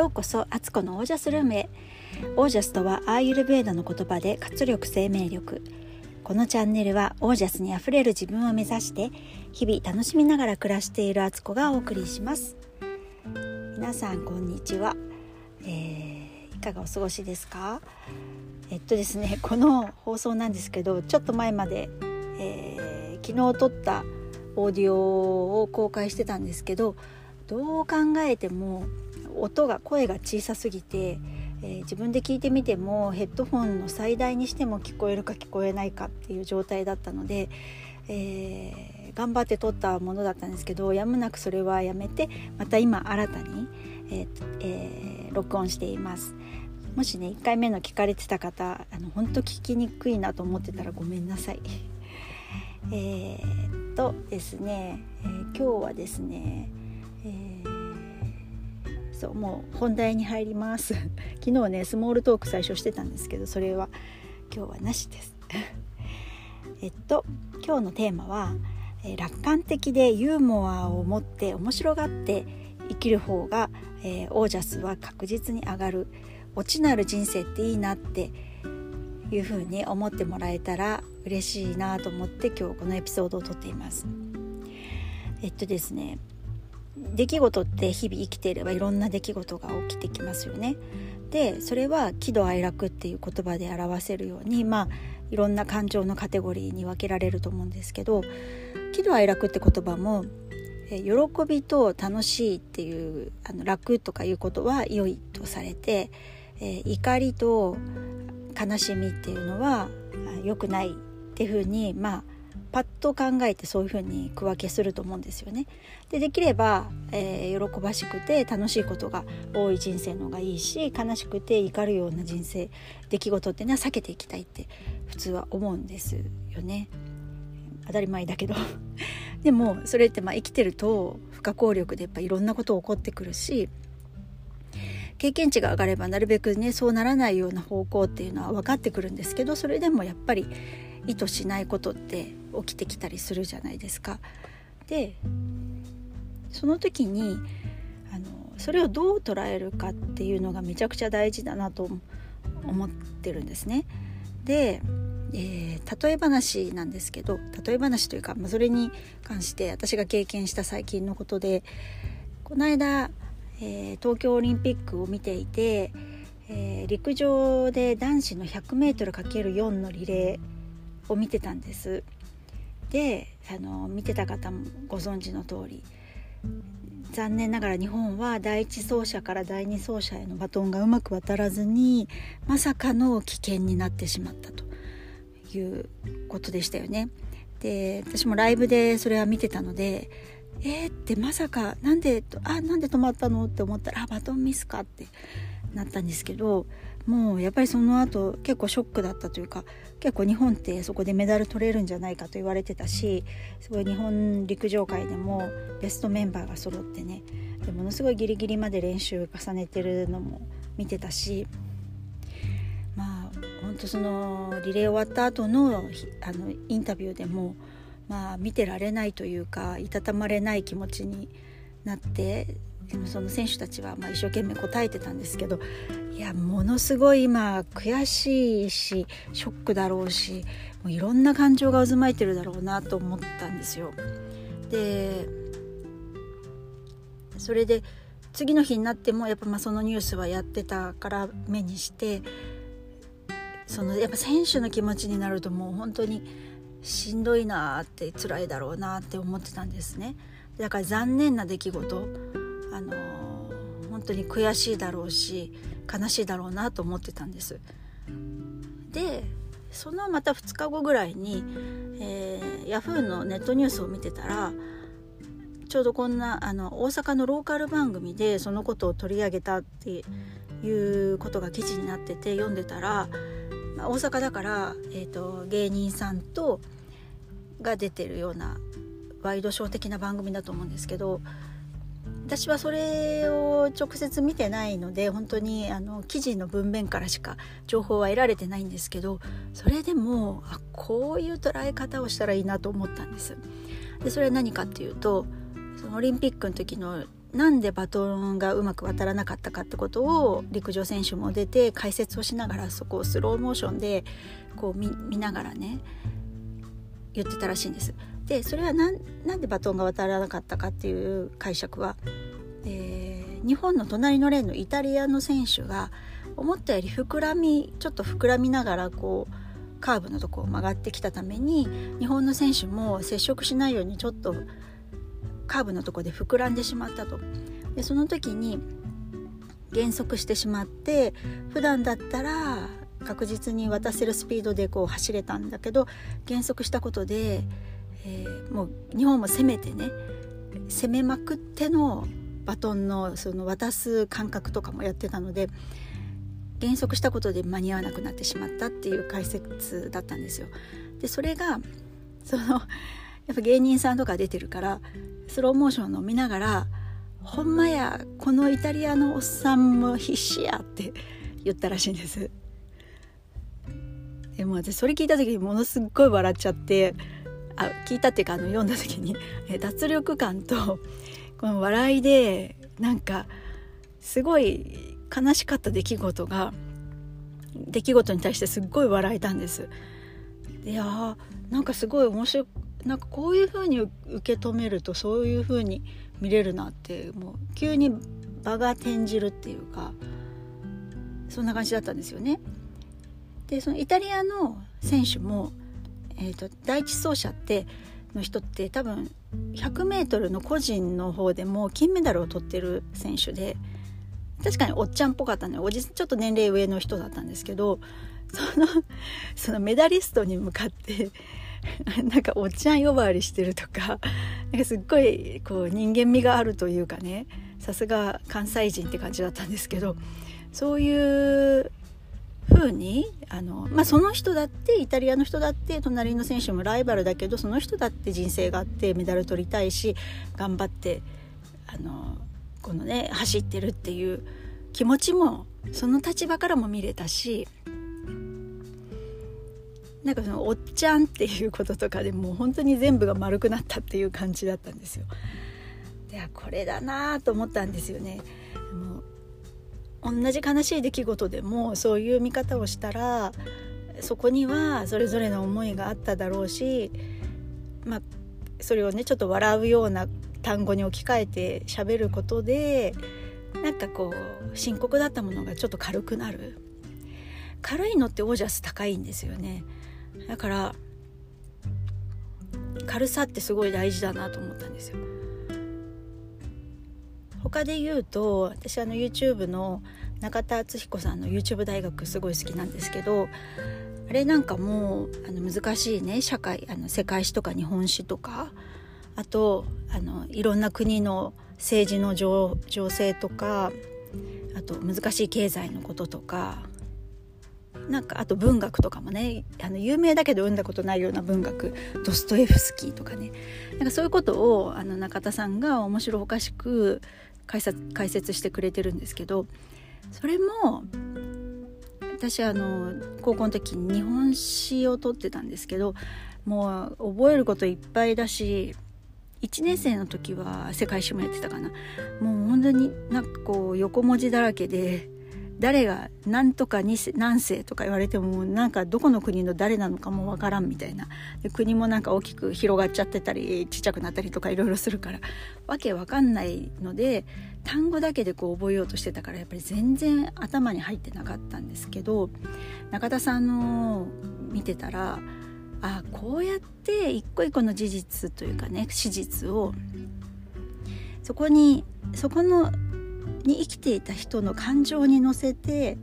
ようこそアツコのオージャスルームへ。オージャスとはアーユルヴェーダの言葉で活力、生命力。このチャンネルはオージャスにあふれる自分を目指して日々楽しみながら暮らしているアツコがお送りします。皆さんこんにちは、いかがお過ごしですか？ですね、この放送なんですけど、ちょっと前まで、昨日撮ったオーディオを公開してたんですけど、どう考えても声が小さすぎて、自分で聞いてみてもヘッドフォンの最大にしても聞こえるか聞こえないかっていう状態だったので、頑張って撮ったものだったんですけど、やむなくそれはやめて、また今新たに、録音しています。もしね1回目の聞かれてた方、本当聞きにくいなと思ってたらごめんなさい。ですね、今日はですね、もう本題に入ります昨日ねスモールトーク最初してたんですけど、それは今日はなしです今日のテーマは、楽観的でユーモアを持って面白がって生きる方が、オージャスは確実に上がる、オチのある人生っていいなっていう風に思ってもらえたら嬉しいなと思って今日このエピソードを撮っています。ですね、出来事って日々生きていればいろんな出来事が起きてきますよね。でそれは喜怒哀楽っていう言葉で表せるように、いろんな感情のカテゴリーに分けられると思うんですけど、喜怒哀楽って言葉も喜びと楽しいっていう楽とかいうことは良いとされて、怒りと悲しみっていうのは良くないっていうふうにパッと考えてそういうふうに区分けすると思うんですよね。できれば、喜ばしくて楽しいことが多い人生の方がいいし、悲しくて怒るような人生出来事っていうのは避けていきたいって普通は思うんですよね。当たり前だけどでもそれって生きてると不可抗力でやっぱいろんなこと起こってくるし、経験値が上がればなるべくねそうならないような方向っていうのは分かってくるんですけど、それでもやっぱり意図しないことって起きてきたりするじゃないですか。でその時にそれをどう捉えるかっていうのがめちゃくちゃ大事だなと思ってるんですね。で、例え話なんですけど、例え話というか、それに関して私が経験した最近のことで、この間、東京オリンピックを見ていて、陸上で男子の 100m×4 のリレーを見てたんです。で見てた方もご存知の通り、残念ながら日本は第一走者から第二走者へのバトンがうまく渡らずに、まさかの危険になってしまったということでしたよね。で私もライブでそれは見てたので、ってまさかなんで止まったのって思ったら、バトンミスかってなったんですけど、もうやっぱりその後結構ショックだったというか、結構日本ってそこでメダル取れるんじゃないかと言われてたし、すごい日本陸上界でもベストメンバーが揃ってね、でものすごいギリギリまで練習重ねてるのも見てたし、本当そのリレー終わった後のインタビューでも見てられないというか、いたたまれない気持ちになって、でもその選手たちは一生懸命答えてたんですけど、いやものすごい今悔しいしショックだろうし、もういろんな感情が渦巻いてるだろうなと思ったんですよ。でそれで次の日になってもやっぱそのニュースはやってたから目にして、やっぱ選手の気持ちになるともう本当にしんどいなって、辛いだろうなって思ってたんですね。だから残念な出来事、本当に悔しいだろうし悲しいだろうなと思ってたんです。でそのまた2日後ぐらいに、ヤフーのネットニュースを見てたら、ちょうどこんな大阪のローカル番組でそのことを取り上げたっていうことが記事になってて、読んでたら、大阪だから、芸人さんが出てるようなワイドショー的な番組だと思うんですけど、私はそれを直接見てないので本当に記事の文面からしか情報は得られてないんですけど、それでもこういう捉え方をしたらいいなと思ったんです。でそれは何かっていうと、そのオリンピックの時のなんでバトンがうまく渡らなかったかってことを陸上選手も出て解説をしながら、そこをスローモーションでこう 見ながらね言ってたらしいんです。でそれはなんでバトンが渡らなかったかっていう解釈は、日本の隣のレーンのイタリアの選手が思ったよりちょっと膨らみながらこうカーブのとこを曲がってきたために、日本の選手も接触しないようにちょっとカーブのとこで膨らんでしまったと。でその時に減速してしまって、普段だったら確実に渡せるスピードでこう走れたんだけど、減速したことで、もう日本も攻めまくってのバトンのその渡す感覚とかもやってたので、減速したことで間に合わなくなってしまったっていう解説だったんですよ。でそれがやっぱ芸人さんとか出てるからスローモーションを見ながら、ほんまやこのイタリアのおっさんも必死やって言ったらしいんです。でも私それ聞いた時にものすっごい笑っちゃって、聞いたっていうか読んだ時に脱力感とこの笑いで、なんかすごい悲しかった出来事に対してすっごい笑えたんです。でなんかすごい面白い、なんかこういう風に受け止めるとそういう風に見れるなって、もう急に場が転じるっていうか、そんな感じだったんですよね。でそのイタリアの選手も、第一走者の人って多分 100m の個人の方でも金メダルを取ってる選手で、確かにおっちゃんっぽかったのよ。ちょっと年齢上の人だったんですけど、そのメダリストに向かってなんかおっちゃん呼ばわりしてるとか、なんかすっごいこう人間味があるというかね、さすが関西人って感じだったんですけど、そういう風にその人だって、イタリアの人だって、隣の選手もライバルだけど、その人だって人生があってメダル取りたいし頑張ってこのね走ってるっていう気持ちもその立場からも見れたし、なんかそのおっちゃんっていうこととかでもう本当に全部が丸くなったっていう感じだったんですよ。でこれだなと思ったんですよね。同じ悲しい出来事でもそういう見方をしたら、そこにはそれぞれの思いがあっただろうし、それをねちょっと笑うような単語に置き換えて喋ることで、なんかこう深刻だったものがちょっと軽くなる。軽いのってオージャス高いんですよね。だから軽さってすごい大事だなと思ったんですよ。他で言うと、私YouTube の中田敦彦さんの YouTube 大学すごい好きなんですけど、あれなんかも難しいね社会、世界史とか日本史とか、あといろんな国の政治の情勢とか、あと難しい経済のこととか、なんかあと文学とかもね、有名だけど読んだことないような文学、ドストエフスキーとかね、なんかそういうことを中田さんが面白おかしく解説してくれてるんですけど、それも私高校の時に日本史を取ってたんですけど、もう覚えることいっぱいだし、1年生の時は世界史もやってたかな。もう本当になんかこう横文字だらけで、誰が何とか何世とか言われてもなんかどこの国の誰なのかもわからんみたいな。で国もなんか大きく広がっちゃってたりちっちゃくなったりとかいろいろするからわけわかんないので、単語だけでこう覚えようとしてたから、やっぱり全然頭に入ってなかったんですけど、中田さんの見てたら、こうやって一個一個の事実というかね、史実をそこに生きていた人の感情に乗せて、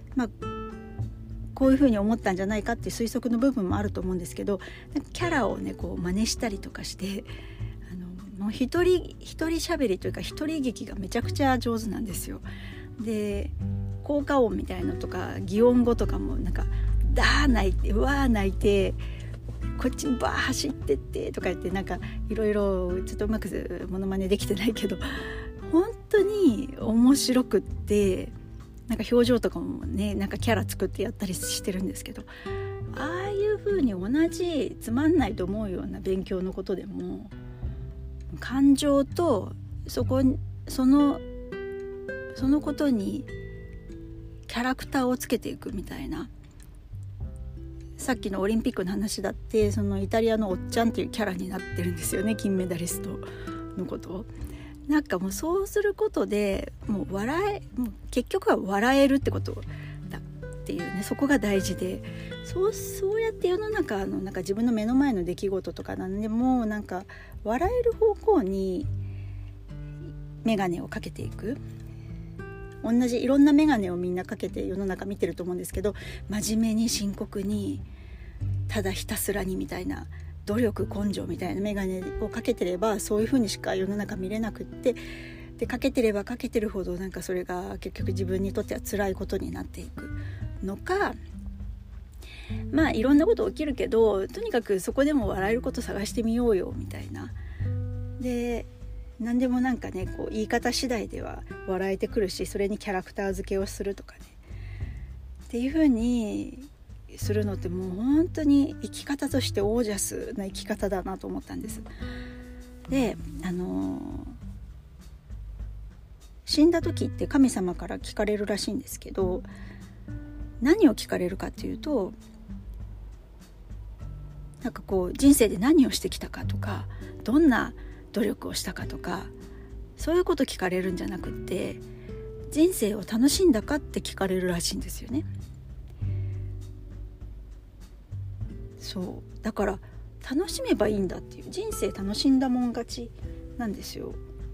こういうふうに思ったんじゃないかっていう推測の部分もあると思うんですけど、キャラをねこう真似したりとかして、もう一人喋りというか一人劇がめちゃくちゃ上手なんですよ。で効果音みたいのとか擬音語とかもなんかダー泣いてうわー泣いてこっちにバー走ってってとか言って、なんかいろいろちょっとうまくモノマネできてないけど本当に面白くって、なんか表情とかもねなんかキャラ作ってやったりしてるんですけど、ああいう風に同じつまんないと思うような勉強のことでも感情とそこそのことにキャラクターをつけていくみたいな。さっきのオリンピックの話だって、そのイタリアのおっちゃんっていうキャラになってるんですよね、金メダリストのことを。なんかもうそうすることでもう結局は笑えるってことだっていうね、そこが大事で、そうやって世の中のなんか自分の目の前の出来事とかなんでもなんか笑える方向に眼鏡をかけていく。同じいろんな眼鏡をみんなかけて世の中見てると思うんですけど、真面目に深刻にただひたすらにみたいな、努力根性みたいな眼鏡をかけてればそういう風にしか世の中見れなくって、でかけてればかけてるほどなんかそれが結局自分にとっては辛いことになっていくのか、まあいろんなこと起きるけどとにかくそこでも笑えること探してみようよみたいな。で何でもなんかねこう言い方次第では笑えてくるし、それにキャラクター付けをするとかねっていう風にするのってもう本当に生き方としてオージャスな生き方だなと思ったんです。で死んだ時って神様から聞かれるらしいんですけど、何を聞かれるかっていうと、なんかこう人生で何をしてきたかとか、どんな努力をしたかとか、そういうこと聞かれるんじゃなくって、人生を楽しんだかって聞かれるらしいんですよね。そうだから楽しめばいいんだっていう、人生楽しんだもん勝ちなんですよ。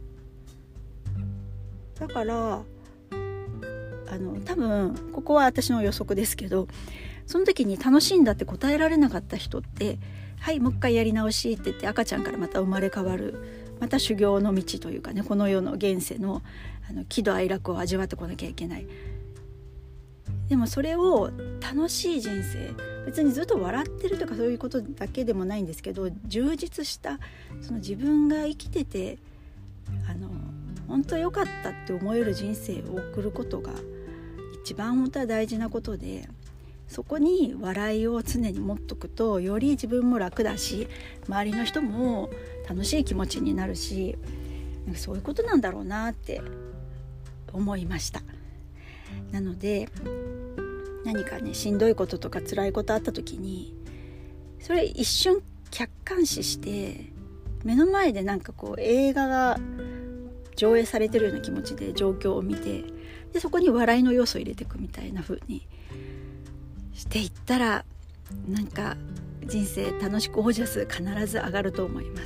だから多分ここは私の予測ですけど、その時に楽しんだって答えられなかった人って、はいもう一回やり直しって言って赤ちゃんからまた生まれ変わる、また修行の道というかね、この世の現世の喜怒哀楽を味わってこなきゃいけない。でもそれを楽しい人生、別にずっと笑ってるとかそういうことだけでもないんですけど、充実したその自分が生きてて本当良かったって思える人生を送ることが一番本当は大事なことで、そこに笑いを常に持っとくとより自分も楽だし、周りの人も楽しい気持ちになるし、そういうことなんだろうなって思いました。なので何かねしんどいこととか辛いことあった時に、それ一瞬客観視して、目の前でなんかこう映画が上映されてるような気持ちで状況を見て、でそこに笑いの要素を入れていくみたいな風にしていったら、なんか人生楽しくオージャス必ず上がると思います。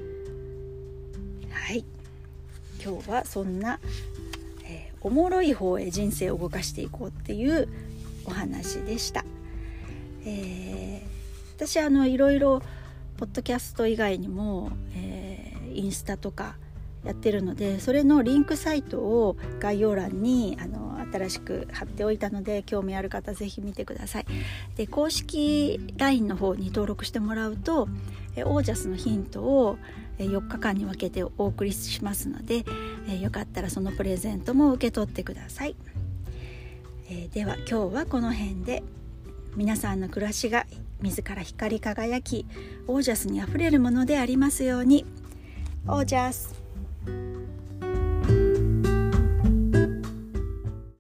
はい、今日はそんな、おもろい方へ人生を動かしていこうっていうお話でした。私いろいろポッドキャスト以外にも、インスタとかやってるので、それのリンクサイトを概要欄に新しく貼っておいたので、興味ある方ぜひ見てください。で公式 LINE の方に登録してもらうとオージャスのヒントを4日間に分けてお送りしますので、よかったらそのプレゼントも受け取ってください。では今日はこの辺で、皆さんの暮らしが自ら光り輝きオージャスにあふれるものでありますように。オージャス。